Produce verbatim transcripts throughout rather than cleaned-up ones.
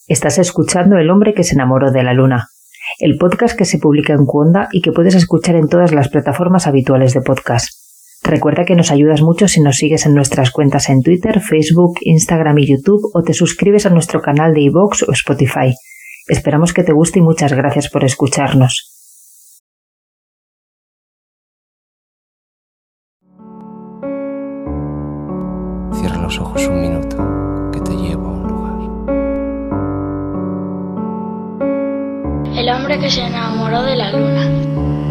Estás escuchando El hombre que se enamoró de la luna, el podcast que se publica en Cuonda y que puedes escuchar en todas las plataformas habituales de podcast. Recuerda que nos ayudas mucho si nos sigues en nuestras cuentas en Twitter, Facebook, Instagram y YouTube o te suscribes a nuestro canal de iVoox o Spotify. Esperamos que te guste y muchas gracias por escucharnos. Cierra los ojos un minuto, que te llevo a un lugar. El hombre que se enamoró de la luna.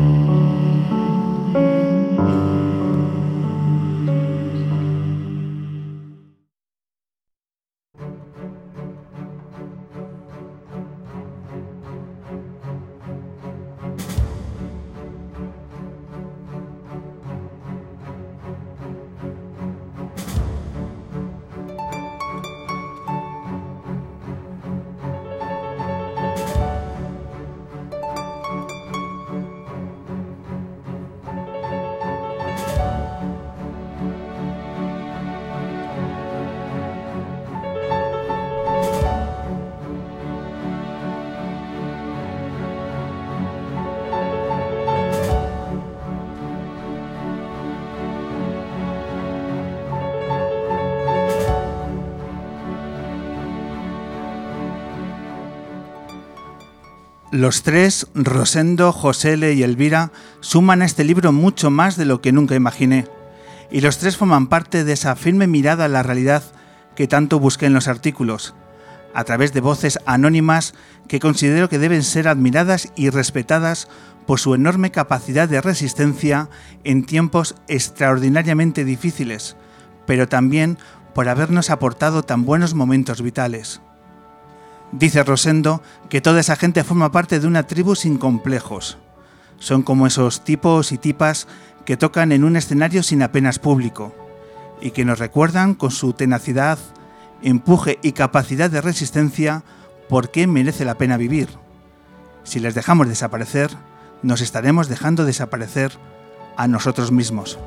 Los tres, Rosendo, Josele y Elvira, suman a este libro mucho más de lo que nunca imaginé. Y los tres forman parte de esa firme mirada a la realidad que tanto busqué en los artículos, a través de voces anónimas que considero que deben ser admiradas y respetadas por su enorme capacidad de resistencia en tiempos extraordinariamente difíciles, pero también por habernos aportado tan buenos momentos vitales. Dice Rosendo que toda esa gente forma parte de una tribu sin complejos. Son como esos tipos y tipas que tocan en un escenario sin apenas público y que nos recuerdan con su tenacidad, empuje y capacidad de resistencia por qué merece la pena vivir. Si les dejamos desaparecer, nos estaremos dejando desaparecer a nosotros mismos.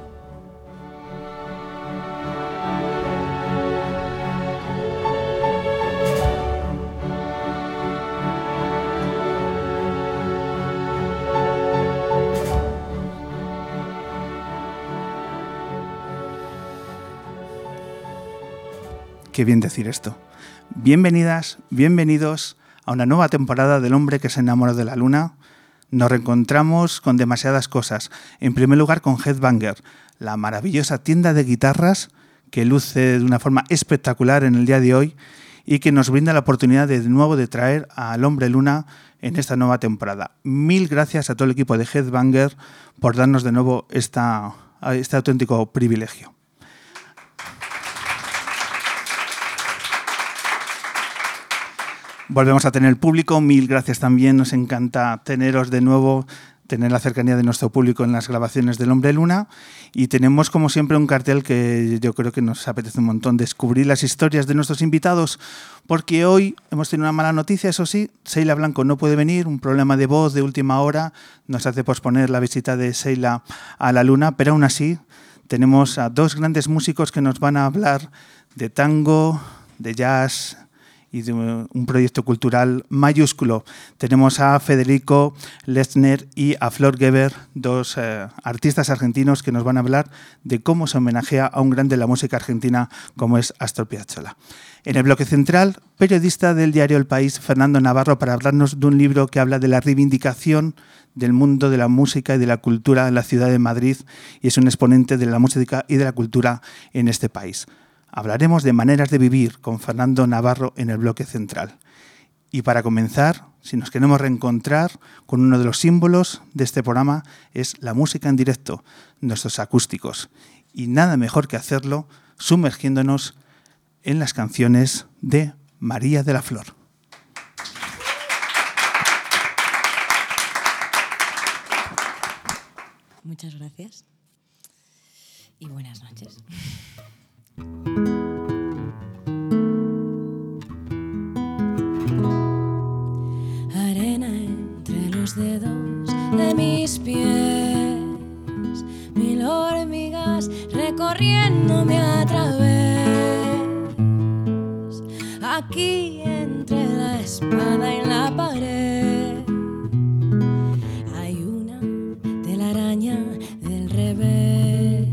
Qué bien decir esto. Bienvenidas, bienvenidos a una nueva temporada del hombre que se enamoró de la luna. Nos reencontramos con demasiadas cosas. En primer lugar con Headbanger, la maravillosa tienda de guitarras que luce de una forma espectacular en el día de hoy y que nos brinda la oportunidad de, de nuevo de traer al hombre luna en esta nueva temporada. Mil gracias a todo el equipo de Headbanger por darnos de nuevo esta, este auténtico privilegio. Volvemos a tener público, mil gracias también, nos encanta teneros de nuevo, tener la cercanía de nuestro público en las grabaciones del Hombre Luna y tenemos como siempre un cartel que yo creo que nos apetece un montón descubrir las historias de nuestros invitados porque hoy hemos tenido una mala noticia, eso sí, Sheila Blanco no puede venir, un problema de voz de última hora nos hace posponer la visita de Sheila a la Luna, pero aún así tenemos a dos grandes músicos que nos van a hablar de tango, de jazz y de un proyecto cultural mayúsculo. Tenemos a Federico Lechner y a Flor Geber, dos eh, artistas argentinos que nos van a hablar de cómo se homenajea a un grande de la música argentina como es Astor Piazzolla. En el bloque central, periodista del diario El País, Fernando Navarro, para hablarnos de un libro que habla de la reivindicación del mundo de la música y de la cultura en la ciudad de Madrid y es un exponente de la música y de la cultura en este país. Hablaremos de maneras de vivir con Fernando Navarro en el bloque central. Y para comenzar, si nos queremos reencontrar con uno de los símbolos de este programa, es la música en directo, nuestros acústicos. Y nada mejor que hacerlo sumergiéndonos en las canciones de María de la Flor. Muchas gracias y buenas noches. Arena entre los dedos de mis pies, mil hormigas recorriéndome a través. Aquí entre la espada en la pared. Hay una telaraña del revés.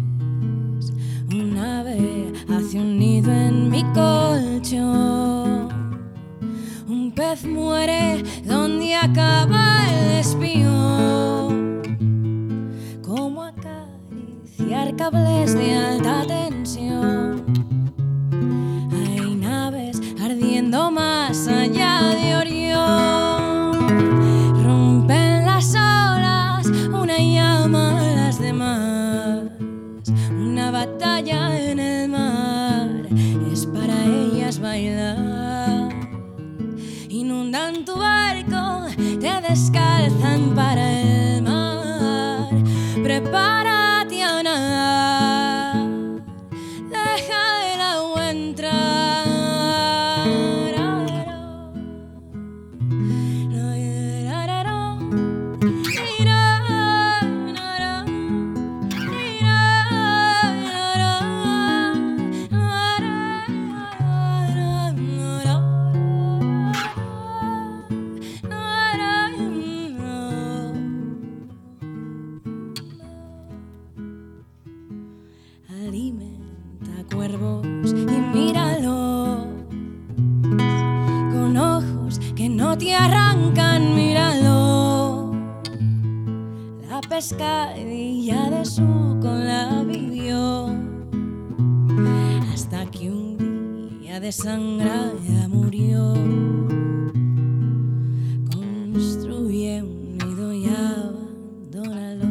Un ave hace un nido en mi colchón. Un pez muere donde acaba el espión. Como acariciar cables de alta tensión. Hay naves ardiendo más allá de Orión. Rompen las olas, una llama a las demás. Una batalla en el mar es para ellas bailar. Inundan tu barco, te descalzan para el mar. Prepárate a nadar, deja el agua entrar. Alimenta cuervos y míralos con ojos que no te arrancan, míralo. La pescadilla de su cola vivió hasta que un día desangrada murió. Construye un nido y abandónalo.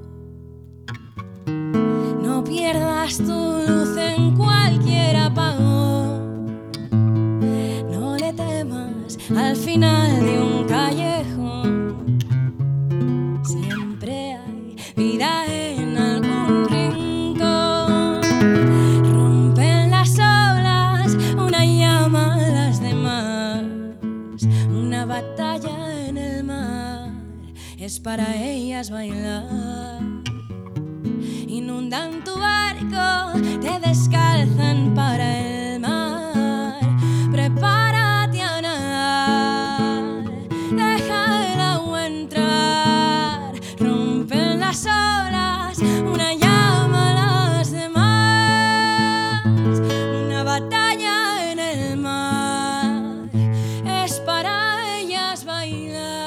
No pierdas tu luz en cualquier apagón. No le temas al final de un callejón. Siempre hay vida en algún rincón. Rompen las olas, una llama a las demás. Una batalla en el mar es para ellas bailar. Inundan tu barco, te descalzan para el mar. Prepárate a nadar, deja el agua entrar. Rompen las olas, una llama a las demás. Una batalla en el mar es para ellas bailar.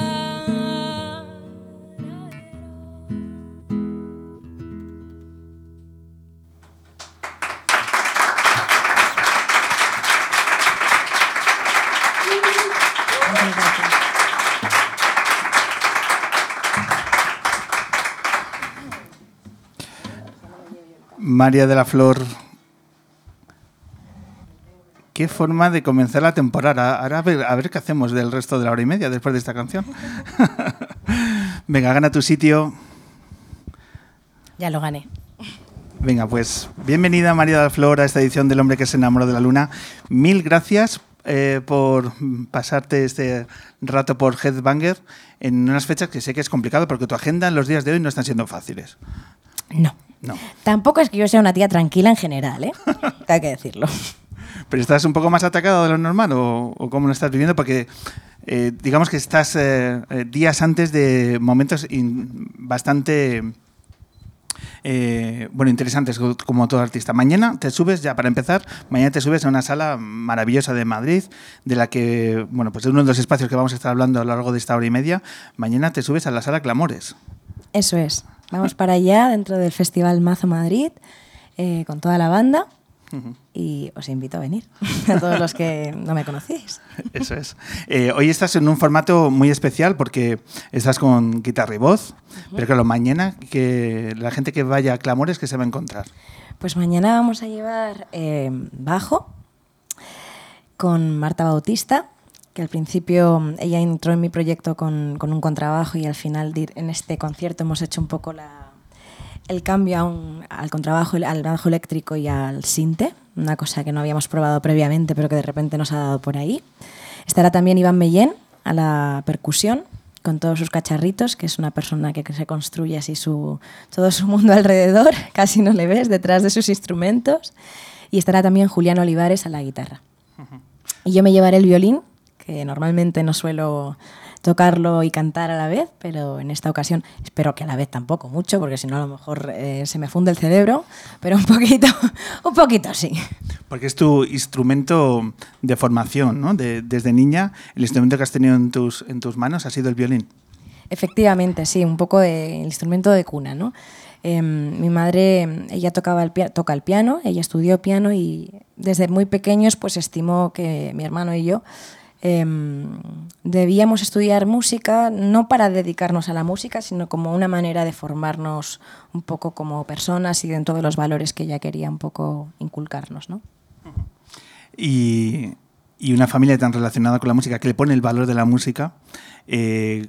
María de la Flor, qué forma de comenzar la temporada. Ahora a ver, a ver qué hacemos del resto de la hora y media después de esta canción. Venga, gana tu sitio. Ya lo gané. Venga, pues bienvenida María de la Flor a esta edición del Hombre que se enamoró de la Luna. Mil gracias eh, por pasarte este rato por Headbanger en unas fechas que sé que es complicado porque tu agenda en los días de hoy no están siendo fáciles. No. No. Tampoco es que yo sea una tía tranquila en general, ¿eh? Hay que decirlo. ¿Pero estás un poco más atacado de lo normal o, o cómo lo estás viviendo? Porque eh, digamos que estás eh, eh, días antes de momentos in, bastante eh, bueno, interesantes como todo artista. Mañana te subes, ya para empezar, mañana te subes a una sala maravillosa de Madrid, de la que, bueno, pues es uno de los espacios que vamos a estar hablando a lo largo de esta hora y media. Mañana te subes a la sala Clamores. Eso es. Vamos para allá dentro del Festival Mazo Madrid eh, con toda la banda uh-huh. Y os invito a venir, a todos los que no me conocíais. Eso es. Eh, hoy estás en un formato muy especial porque estás con guitarra y voz, uh-huh. Pero claro, mañana que la gente que vaya a Clamores, ¿qué se va a encontrar? Pues mañana vamos a llevar eh, bajo con Marta Bautista, que al principio ella entró en mi proyecto con, con un contrabajo y al final en este concierto hemos hecho un poco la, el cambio a un, al contrabajo, al bajo eléctrico y al sinte, una cosa que no habíamos probado previamente pero que de repente nos ha dado por ahí. Estará también Iván Mellén a la percusión con todos sus cacharritos, que es una persona que se construye así su, todo su mundo alrededor, casi no le ves detrás de sus instrumentos. Y estará también Julián Olivares a la guitarra. Uh-huh. Y yo me llevaré el violín, que normalmente no suelo tocarlo y cantar a la vez, pero en esta ocasión espero que a la vez tampoco mucho, porque si no a lo mejor eh, se me funde el cerebro, pero un poquito, un poquito sí. Porque es tu instrumento de formación, ¿no? De, desde niña, el instrumento que has tenido en tus, en tus manos ha sido el violín. Efectivamente, sí, un poco de el instrumento de cuna, ¿no? Eh, mi madre, ella tocaba el pia- toca el piano, ella estudió piano y desde muy pequeños pues estimó que mi hermano y yo eh, debíamos estudiar música, no para dedicarnos a la música, sino como una manera de formarnos un poco como personas y dentro de los valores que ella quería un poco inculcarnos, ¿no? Y, y una familia tan relacionada con la música, que le pone el valor de la música, eh,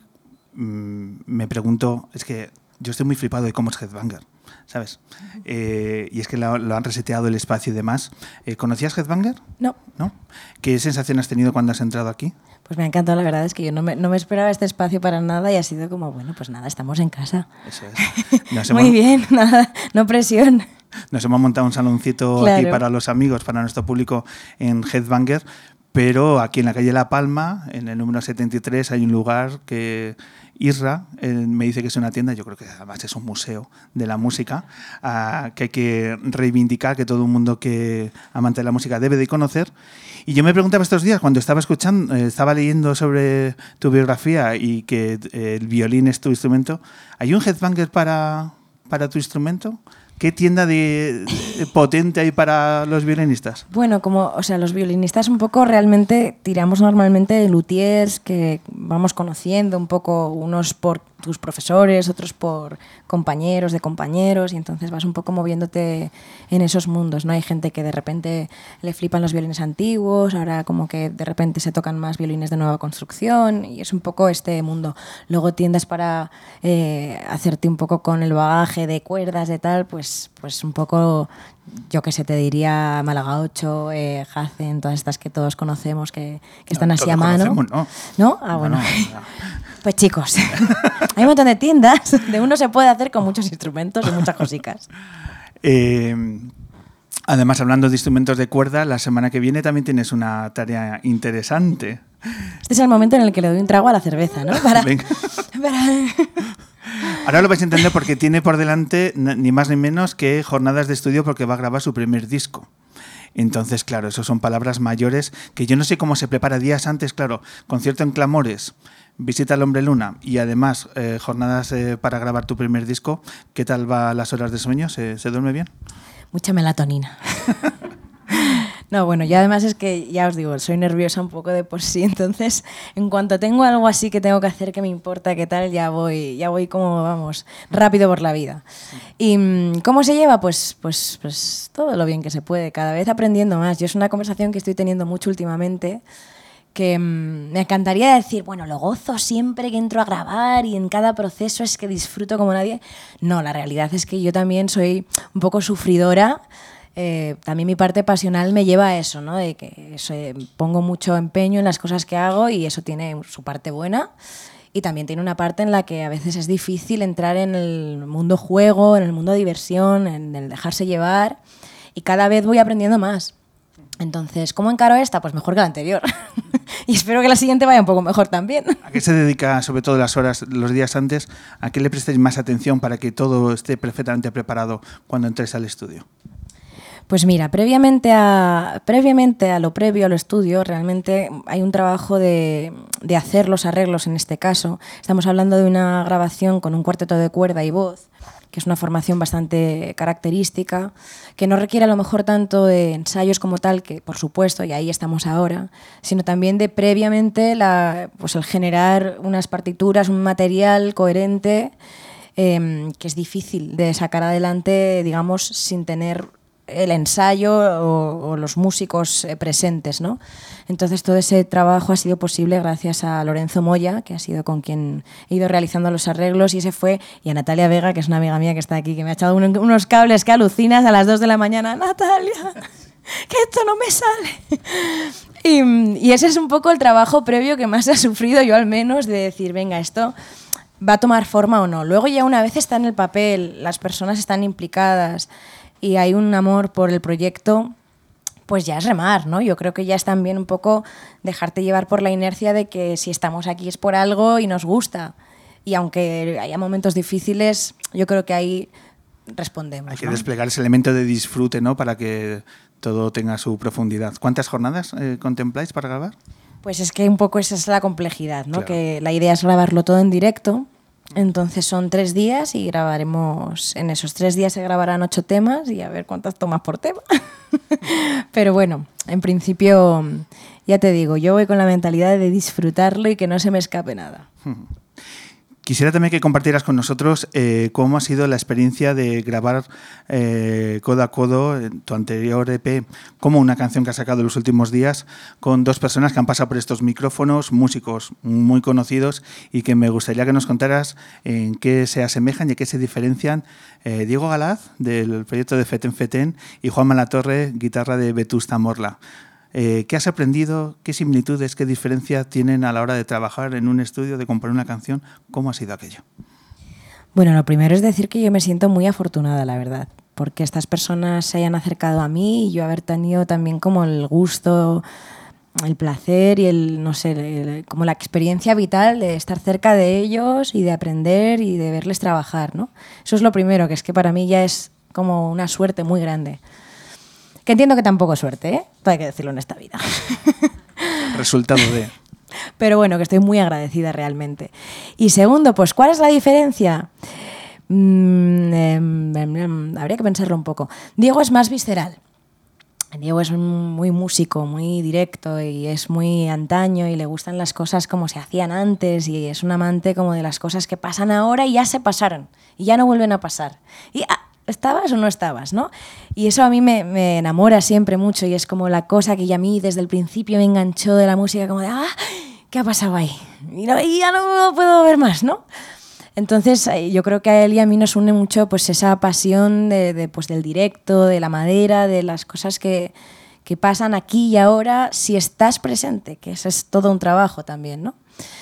me pregunto, es que yo estoy muy flipado de cómo es Headbanger, ¿sabes? Eh, y es que lo, lo han reseteado el espacio y demás. Eh, ¿Conocías Headbanger? No. ¿No? ¿Qué sensación has tenido cuando has entrado aquí? Pues me ha encantado, la verdad es que yo no me, no me esperaba este espacio para nada y ha sido como, bueno, pues nada, estamos en casa. Eso es. Nos Muy hemos, bien, nada, no presión. Nos hemos montado un saloncito Claro. aquí para los amigos, para nuestro público en Headbanger, pero aquí en la calle La Palma, en el número setenta y tres, hay un lugar que Isra eh, me dice que es una tienda, yo creo que además es un museo de la música, uh, que hay que reivindicar, que todo el mundo que amante de la música debe de conocer. Y yo me preguntaba estos días, cuando estaba escuchando, eh, estaba leyendo sobre tu biografía y que eh, el violín es tu instrumento, ¿hay un Headbanger para, para tu instrumento? ¿Qué tienda de, de potente hay para los violinistas? Bueno, como, o sea, los violinistas un poco realmente tiramos normalmente de luthiers que vamos conociendo un poco, unos por tus profesores, otros por compañeros de compañeros, y entonces vas un poco moviéndote en esos mundos, ¿no? Hay gente que de repente le flipan los violines antiguos, ahora como que de repente se tocan más violines de nueva construcción, y es un poco este mundo. Luego tiendas para eh, hacerte un poco con el bagaje de cuerdas, de tal, pues, pues un poco, yo que sé, te diría Málaga ocho, eh, Hacen, todas estas que todos conocemos, que, que están No, así todos a mano. conocemos, ¿no? ¿No? Ah, bueno. No, no, no. Pues chicos, hay un montón de tiendas de uno se puede hacer con muchos instrumentos y muchas cositas. Eh, además, hablando de instrumentos de cuerda, la semana que viene también tienes una tarea interesante. Este es el momento en el que le doy un trago a la cerveza, ¿no? Para, Venga. para... Ahora lo vais a entender porque tiene por delante ni más ni menos que jornadas de estudio porque va a grabar su primer disco. Entonces, claro, eso son palabras mayores que yo no sé cómo se prepara días antes, claro, concierto en Clamores, visita al Hombre Luna y además eh, jornadas eh, para grabar tu primer disco. ¿Qué tal va las horas de sueño? ¿Se, se duerme bien? Mucha melatonina. No, bueno, y además es que, ya os digo, soy nerviosa un poco de por sí, entonces en cuanto tengo algo así que tengo que hacer que me importa, qué tal, ya voy, ya voy como, vamos, rápido por la vida. ¿Y cómo se lleva? Pues, pues, pues todo lo bien que se puede, cada vez aprendiendo más. Yo es una conversación que estoy teniendo mucho últimamente, que mmm, me encantaría decir, bueno, lo gozo siempre que entro a grabar y en cada proceso es que disfruto como nadie. No, la realidad es que yo también soy un poco sufridora. Eh, también mi parte pasional me lleva a eso, ¿no? De que eso, eh, pongo mucho empeño en las cosas que hago y eso tiene su parte buena y también tiene una parte en la que a veces es difícil entrar en el mundo juego, en el mundo diversión, en el dejarse llevar, y cada vez voy aprendiendo más. Entonces, ¿cómo encaro esta? Pues mejor que la anterior. Y espero que la siguiente vaya un poco mejor también. ¿A qué se dedica, sobre todo las horas, los días antes, a qué le prestéis más atención para que todo esté perfectamente preparado cuando entres al estudio? Pues mira, previamente a, previamente a lo previo al estudio, realmente hay un trabajo de, de hacer los arreglos en este caso. Estamos hablando de una grabación con un cuarteto de cuerda y voz, que es una formación bastante característica, que no requiere a lo mejor tanto de ensayos como tal, que por supuesto, y ahí estamos ahora, sino también de previamente la, pues el generar unas partituras, un material coherente, eh, que es difícil de sacar adelante, digamos, sin tener el ensayo o, o los músicos eh, presentes, ¿no? Entonces todo ese trabajo ha sido posible gracias a Lorenzo Moya, que ha sido con quien he ido realizando los arreglos, y ese fue, y a Natalia Vega, que es una amiga mía que está aquí, que me ha echado un, unos cables que alucinas a las dos de la mañana. Natalia, que esto no me sale. Y, y ese es un poco el trabajo previo que más he sufrido yo, al menos, de decir, venga, esto va a tomar forma o no. Luego ya una vez está en el papel, las personas están implicadas y hay un amor por el proyecto, pues ya es remar, ¿no? Yo creo que ya es también un poco dejarte llevar por la inercia de que si estamos aquí es por algo y nos gusta. Y aunque haya momentos difíciles, yo creo que ahí respondemos. Hay que ¿no? desplegar ese elemento de disfrute, ¿no? Para que todo tenga su profundidad. ¿Cuántas jornadas eh, contempláis para grabar? Pues es que un poco esa es la complejidad, ¿no? Claro. Que la idea es grabarlo todo en directo. Entonces son tres días y grabaremos, en esos tres días se grabarán ocho temas y a ver cuántas tomas por tema. Pero bueno, en principio, ya te digo, yo voy con la mentalidad de disfrutarlo y que no se me escape nada. Quisiera también que compartieras con nosotros eh, cómo ha sido la experiencia de grabar eh, codo a codo en tu anterior E P, como una canción que has sacado en los últimos días, con dos personas que han pasado por estos micrófonos, músicos muy conocidos, y que me gustaría que nos contaras en qué se asemejan y en qué se diferencian eh, Diego Galaz, del proyecto de Feten Feten, y Juanma Latorre, guitarra de Vetusta Morla. Eh, ¿Qué has aprendido? ¿Qué similitudes, qué diferencia tienen a la hora de trabajar en un estudio, de componer una canción? ¿Cómo ha sido aquello? Bueno, lo primero es decir que yo me siento muy afortunada, la verdad, porque estas personas se hayan acercado a mí y yo haber tenido también como el gusto, el placer y el, no sé, el, como la experiencia vital de estar cerca de ellos y de aprender y de verles trabajar, ¿no? Eso es lo primero, que es que para mí ya es como una suerte muy grande. Que entiendo que tampoco es suerte, ¿eh? Todo hay que decirlo en esta vida. Resultado de... Pero bueno, que estoy muy agradecida realmente. Y segundo, pues ¿cuál es la diferencia? Mm, eh, eh, habría que pensarlo un poco. Diego es más visceral. Diego es muy músico, muy directo y es muy antaño y le gustan las cosas como se hacían antes y es un amante como de las cosas que pasan ahora y ya se pasaron y ya no vuelven a pasar. Y ah, ¿estabas o no estabas? ¿no? Y eso a mí me, me enamora siempre mucho y es como la cosa que ya a mí desde el principio me enganchó de la música, como de, ah, ¿qué ha pasado ahí? Y, no, y ya no puedo ver más, ¿no? Entonces yo creo que a él y a mí nos une mucho pues esa pasión de, de, pues, del directo, de la madera, de las cosas que, que pasan aquí y ahora si estás presente, que eso es todo un trabajo también, ¿no?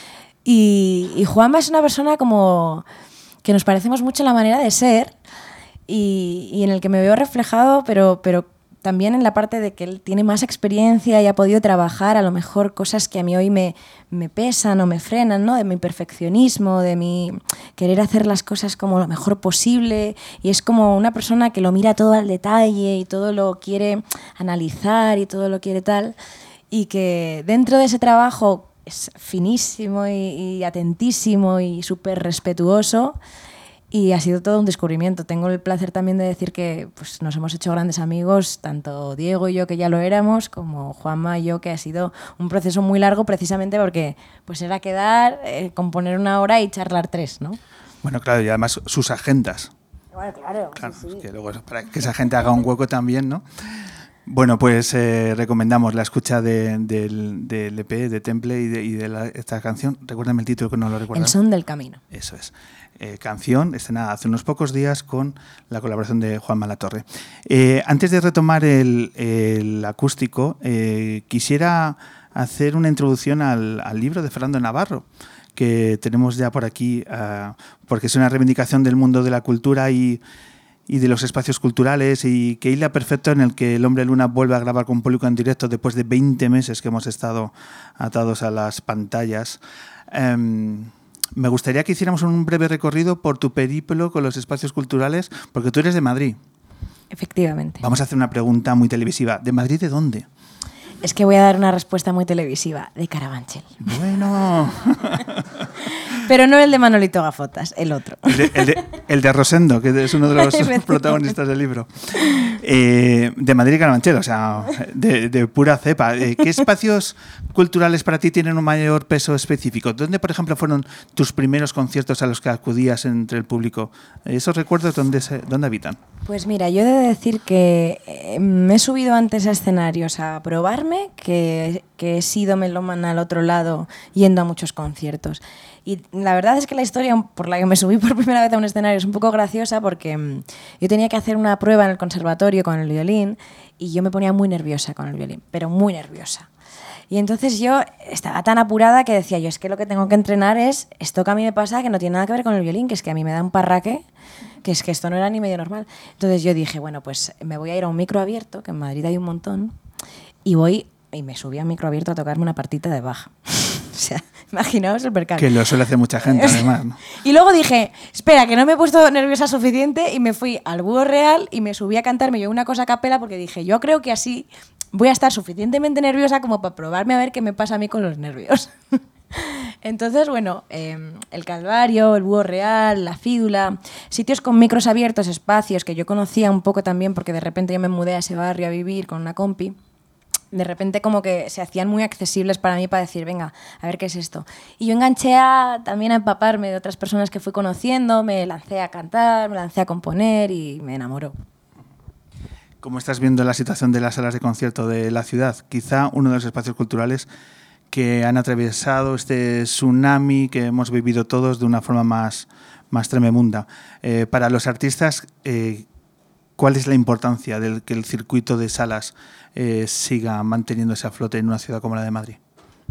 Y, y Juanma es una persona como que nos parecemos mucho en la manera de ser y, y en el que me veo reflejado, pero, pero también en la parte de que él tiene más experiencia y ha podido trabajar a lo mejor cosas que a mí hoy me, me pesan o me frenan, ¿no? De mi perfeccionismo, de mi querer hacer las cosas como lo mejor posible, y es como una persona que lo mira todo al detalle y todo lo quiere analizar y todo lo quiere tal, y que dentro de ese trabajo es finísimo y, y atentísimo y súper respetuoso. Y ha sido todo un descubrimiento. Tengo el placer también de decir que pues, nos hemos hecho grandes amigos, tanto Diego y yo, que ya lo éramos, como Juanma y yo, que ha sido un proceso muy largo precisamente porque pues, era quedar, eh, componer una hora y charlar tres, ¿no? Bueno, claro, y además sus agendas. Bueno, claro. Claro, Sí, sí. que luego para que esa gente haga un hueco también, ¿no? Bueno, pues eh, recomendamos la escucha de, del, del E P, de Temple y de, y de la, esta canción. Recuérdame el título, que no lo recuerdo. El son del camino. Eso es. Eh, canción estrenada hace unos pocos días con la colaboración de Juanma Latorre. Eh, antes de retomar el, el acústico, eh, quisiera hacer una introducción al, al libro de Fernando Navarro, que tenemos ya por aquí, uh, porque es una reivindicación del mundo de la cultura y, y de los espacios culturales, y que hila perfecto en el que el Hombre Luna vuelve a grabar con público en directo después de veinte meses que hemos estado atados a las pantallas. Um, Me gustaría que hiciéramos un breve recorrido por tu periplo con los espacios culturales, porque tú eres de Madrid. Efectivamente. Vamos a hacer una pregunta muy televisiva. ¿De Madrid de dónde? Es que voy a dar una respuesta muy televisiva. De Carabanchel. Bueno. Pero no el de Manolito Gafotas, el otro. El de, el de, el de Rosendo, que es uno de los protagonistas del libro. Eh, de Madrid y Carabanchel, o sea, de, de pura cepa. Eh, ¿Qué espacios culturales para ti tienen un mayor peso específico? ¿Dónde, por ejemplo, fueron tus primeros conciertos a los que acudías entre el público? ¿Esos recuerdos dónde, se, dónde habitan? Pues mira, yo he de decir que eh, me he subido antes a escenarios a probarme, que, que he sido melómana al otro lado yendo a muchos conciertos. Y la verdad es que la historia por la que me subí por primera vez a un escenario es un poco graciosa porque mmm, yo tenía que hacer una prueba en el conservatorio con el violín y yo me ponía muy nerviosa con el violín, pero muy nerviosa. Y entonces yo estaba tan apurada que decía yo, es que lo que tengo que entrenar es esto que a mí me pasa, que no tiene nada que ver con el violín, que es que a mí me da un parraque, que es que esto no era ni medio normal. Entonces yo dije, bueno, pues me voy a ir a un micro abierto, que en Madrid hay un montón, y voy y me subí a micro abierto a tocarme una partita de Bach. O sea, imaginaos el percal. Que lo suele hacer mucha gente, además, ¿no? Y luego dije, espera, que no me he puesto nerviosa suficiente, y me fui al Búho Real y me subí a cantarme yo una cosa a capela, porque dije, yo creo que así voy a estar suficientemente nerviosa como para probarme a ver qué me pasa a mí con los nervios. Entonces, bueno, eh, el Calvario, el Búho Real, la Fídula, sitios con micros abiertos, espacios que yo conocía un poco también, porque de repente yo me mudé a ese barrio a vivir con una compi. De repente como que se hacían muy accesibles para mí, para decir, venga, a ver qué es esto. Y yo enganché a, también a empaparme de otras personas que fui conociendo, me lancé a cantar, me lancé a componer y me enamoró. ¿Cómo estás viendo la situación de las salas de concierto de la ciudad? Quizá uno de los espacios culturales que han atravesado este tsunami que hemos vivido todos de una forma más, más tremenda. Eh, para los artistas, eh, ¿cuál es la importancia de que el circuito de salas eh, siga manteniéndose a flote en una ciudad como la de Madrid?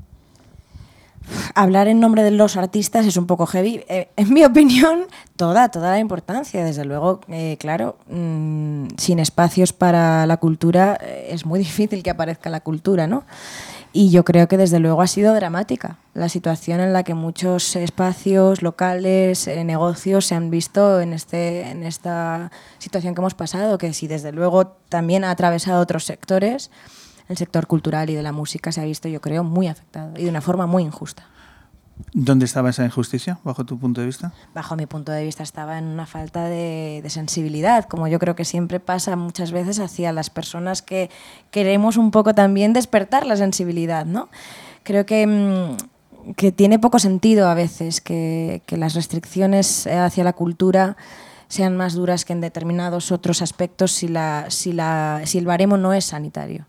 Hablar en nombre de los artistas es un poco heavy. Eh, en mi opinión, toda, toda la importancia. Desde luego, eh, claro, mmm, sin espacios para la cultura eh, es muy difícil que aparezca la cultura, ¿no? Y yo creo que desde luego ha sido dramática la situación en la que muchos espacios, locales, eh, negocios se han visto en, este, en esta situación que hemos pasado, que si desde luego también ha atravesado otros sectores, el sector cultural y de la música se ha visto, yo creo, muy afectado y de una forma muy injusta. ¿Dónde estaba esa injusticia, bajo tu punto de vista? Bajo mi punto de vista estaba en una falta de, de sensibilidad, como yo creo que siempre pasa muchas veces hacia las personas que queremos un poco también despertar la sensibilidad, ¿no? Creo que, que tiene poco sentido a veces que, que las restricciones hacia la cultura sean más duras que en determinados otros aspectos si, la, si, la, si el baremo no es sanitario.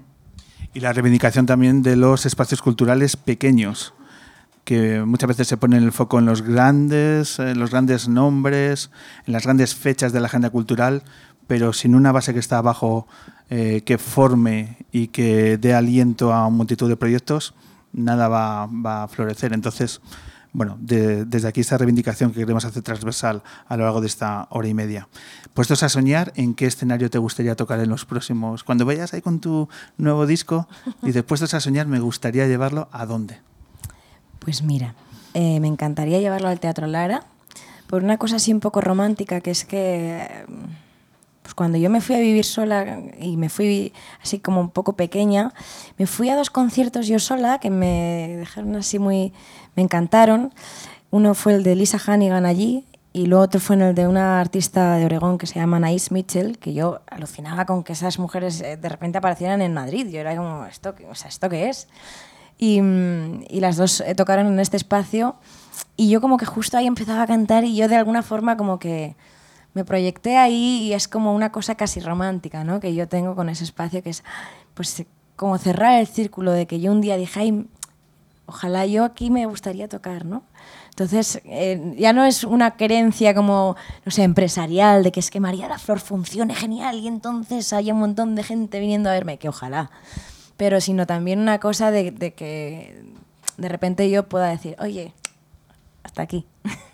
Y la reivindicación también de los espacios culturales pequeños, que muchas veces se pone el foco en los grandes, en los grandes nombres, en las grandes fechas de la agenda cultural, pero sin una base que está abajo, eh, que forme y que dé aliento a una multitud de proyectos, nada va, va a florecer. Entonces, bueno, de, desde aquí esta reivindicación que queremos hacer transversal a lo largo de esta hora y media. Puestos a soñar, ¿en qué escenario te gustaría tocar en los próximos? Cuando vayas ahí con tu nuevo disco, dices, puestos a soñar, me gustaría llevarlo ¿a dónde? Pues mira, eh, me encantaría llevarlo al Teatro Lara por una cosa así un poco romántica, que es que pues cuando yo me fui a vivir sola y me fui así como un poco pequeña, me fui a dos conciertos yo sola que me dejaron así muy... me encantaron. Uno fue el de Lisa Hannigan allí y luego otro fue en el de una artista de Oregón que se llama Anaïs Mitchell, que yo alucinaba con que esas mujeres de repente aparecieran en Madrid. Yo era como, ¿esto, o sea, ¿esto qué es? Y, y las dos tocaron en este espacio y yo como que justo ahí empezaba a cantar y yo de alguna forma como que me proyecté ahí y es como una cosa casi romántica, ¿no? Que yo tengo con ese espacio, que es pues como cerrar el círculo de que yo un día dije, ay, ojalá yo aquí me gustaría tocar, ¿no? Entonces eh, ya no es una querencia como, no sé, empresarial, de que es que María la Flor funcione genial y entonces haya un montón de gente viniendo a verme, que ojalá, pero sino también una cosa de, de que de repente yo pueda decir, oye, hasta aquí.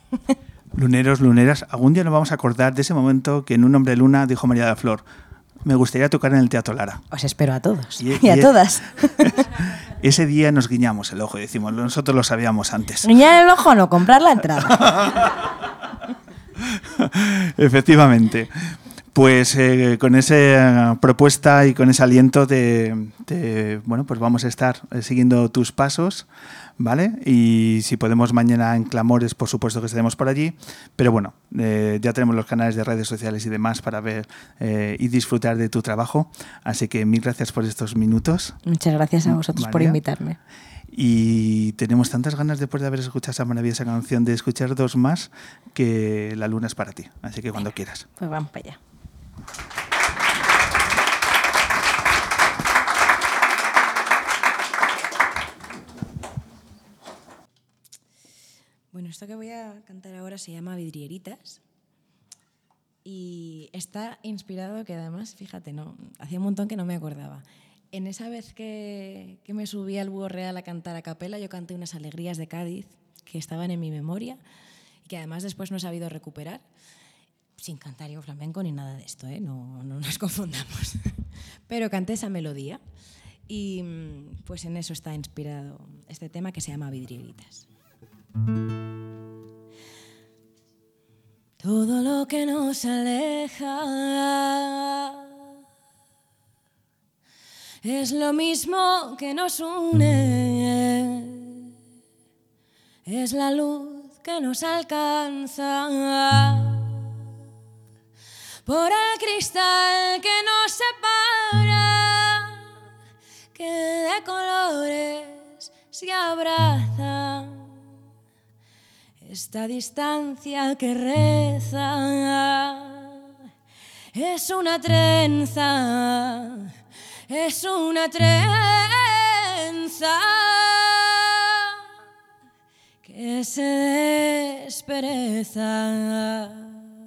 Luneros, luneras, algún día nos vamos a acordar de ese momento que en Un Hombre de Luna dijo María la Flor, me gustaría tocar en el Teatro Lara. Os espero a todos y, y a y todas. Ese día nos guiñamos el ojo y decimos, nosotros lo sabíamos antes. Guiñar el ojo, no, comprar la entrada. Efectivamente. Pues eh, con esa propuesta y con ese aliento te, te, bueno, pues vamos a estar siguiendo tus pasos, ¿vale? Y si podemos mañana en Clamores, por supuesto que estaremos por allí, pero bueno, eh, ya tenemos los canales de redes sociales y demás para ver eh, y disfrutar de tu trabajo, así que mil gracias por estos minutos. Muchas gracias a vosotros María. Por invitarme. Y tenemos tantas ganas después de haber escuchado esa maravillosa canción de escuchar dos más, que La Luna es para ti, así que cuando quieras. Pues vamos para allá. Bueno, esto que voy a cantar ahora se llama Vidrieritas y está inspirado, que además, fíjate, no, hacía un montón que no me acordaba. En esa vez que, que me subí al Búho Real a cantar a capela, yo canté unas alegrías de Cádiz que estaban en mi memoria y que además después no he sabido recuperar. sin cantar yo flamenco ni nada de esto, ¿eh? no, no nos confundamos. Pero canté esa melodía y pues en eso está inspirado este tema que se llama Vidrieritas. Todo lo que nos aleja es lo mismo que nos une, es la luz que nos alcanza por el cristal que nos separa, que de colores se abraza. Esta distancia que reza es una trenza, es una trenza que se despereza.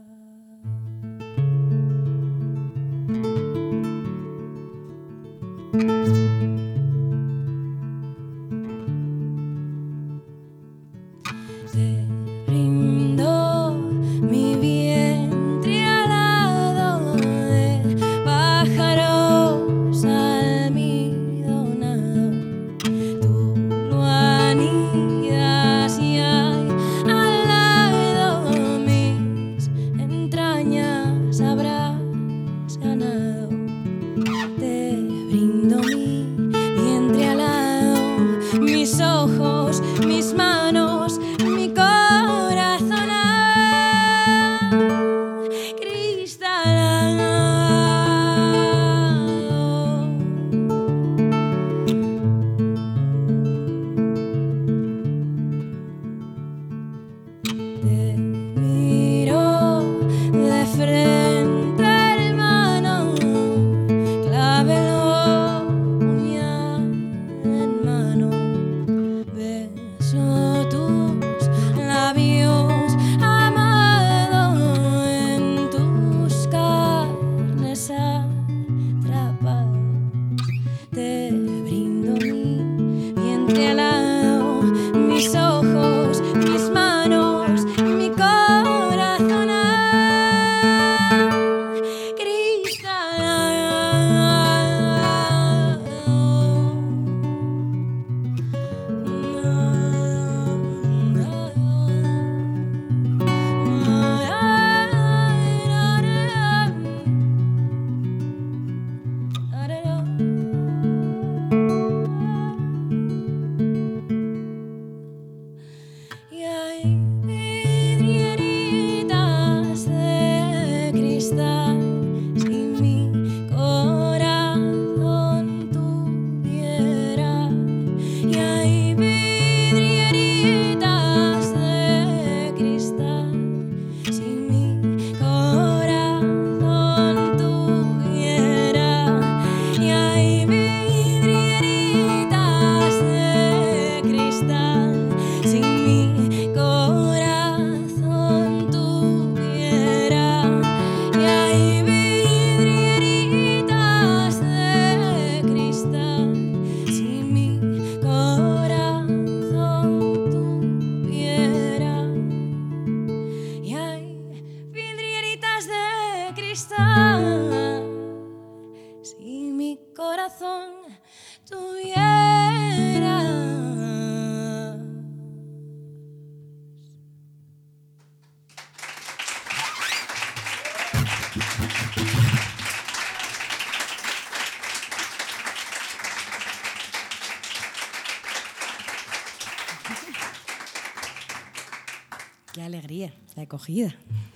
Qué alegría, la acogida.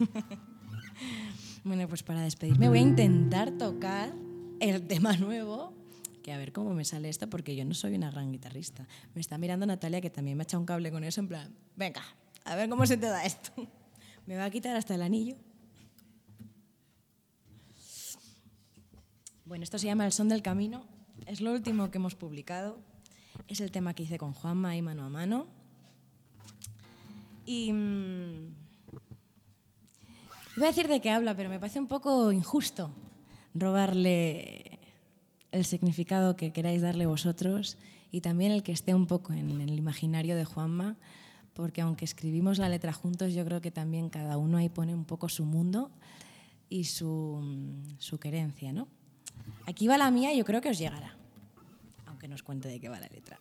Bueno, pues para despedirme voy a intentar tocar el tema nuevo, que a ver cómo me sale esto, porque yo no soy una gran guitarrista. Me está mirando Natalia, que también me ha echado un cable con eso, en plan, venga, a ver cómo se te da esto. Me va a quitar hasta el anillo. Bueno, esto se llama El son del camino. Es lo último que hemos publicado. Es el tema que hice con Juanma y mano a mano. Y mmm, voy a decir de qué habla, pero me parece un poco injusto robarle el significado que queráis darle vosotros y también el que esté un poco en el imaginario de Juanma, porque aunque escribimos la letra juntos, yo creo que también cada uno ahí pone un poco su mundo y su, su querencia, ¿no? Aquí va la mía y yo creo que os llegará, aunque no os cuente de qué va la letra.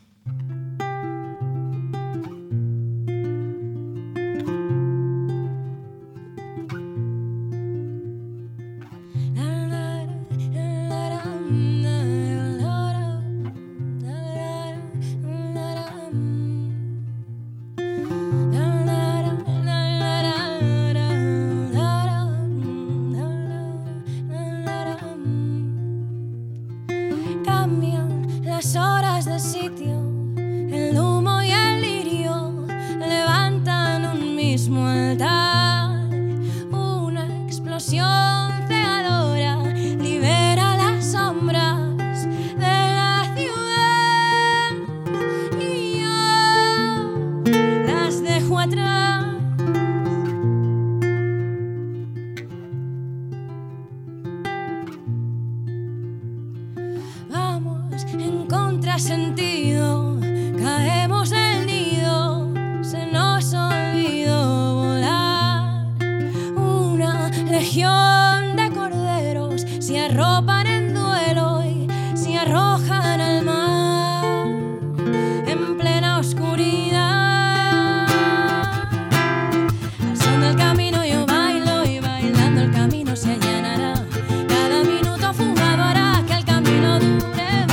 Sentido, caemos del nido, se nos olvidó volar. Una legión de corderos se arropan en duelo y se arrojan al mar en plena oscuridad. Al son del camino yo bailo y bailando el camino se allanará. Cada minuto fugado hará que el camino dure.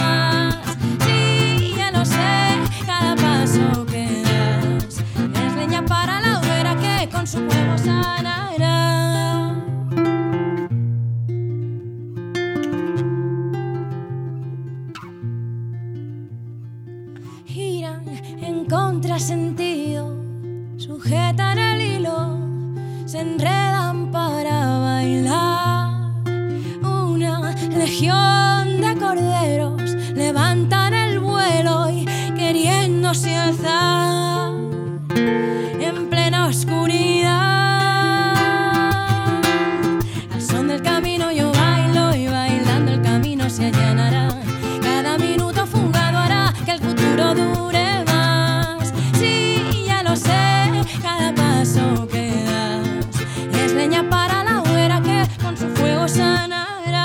Con su fuego sanará. Giran en contrasentido, sujetan el hilo, se enredan para bailar. Una legión de corderos levantan el vuelo y queriéndose alzar en plena oscuridad. Al son del camino yo bailo y bailando el camino se allanará. Cada minuto fugado hará que el futuro dure más. Sí, ya lo sé, cada paso que das es leña para la hoguera que con su fuego sanará.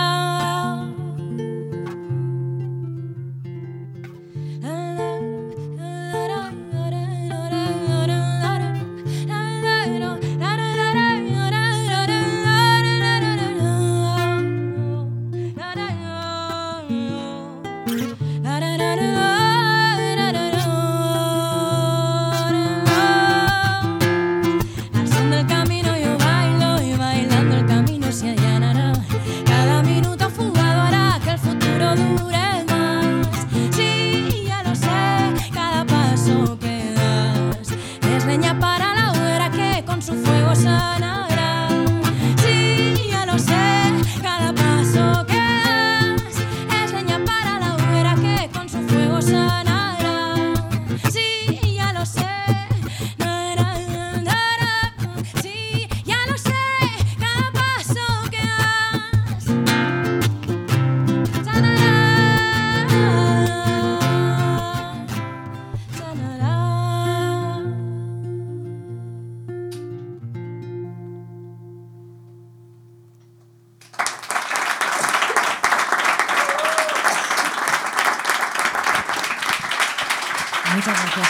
Muchas gracias.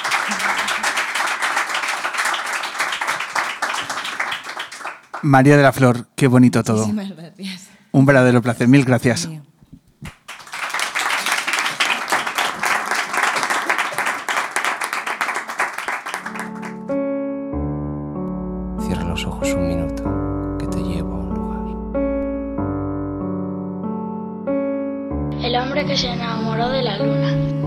María de la Flor, qué bonito todo. Muchísimas gracias. Un verdadero placer. Mil gracias. Mío. Cierra los ojos un minuto, que te llevo a un lugar. El hombre que se enamoró de la luna.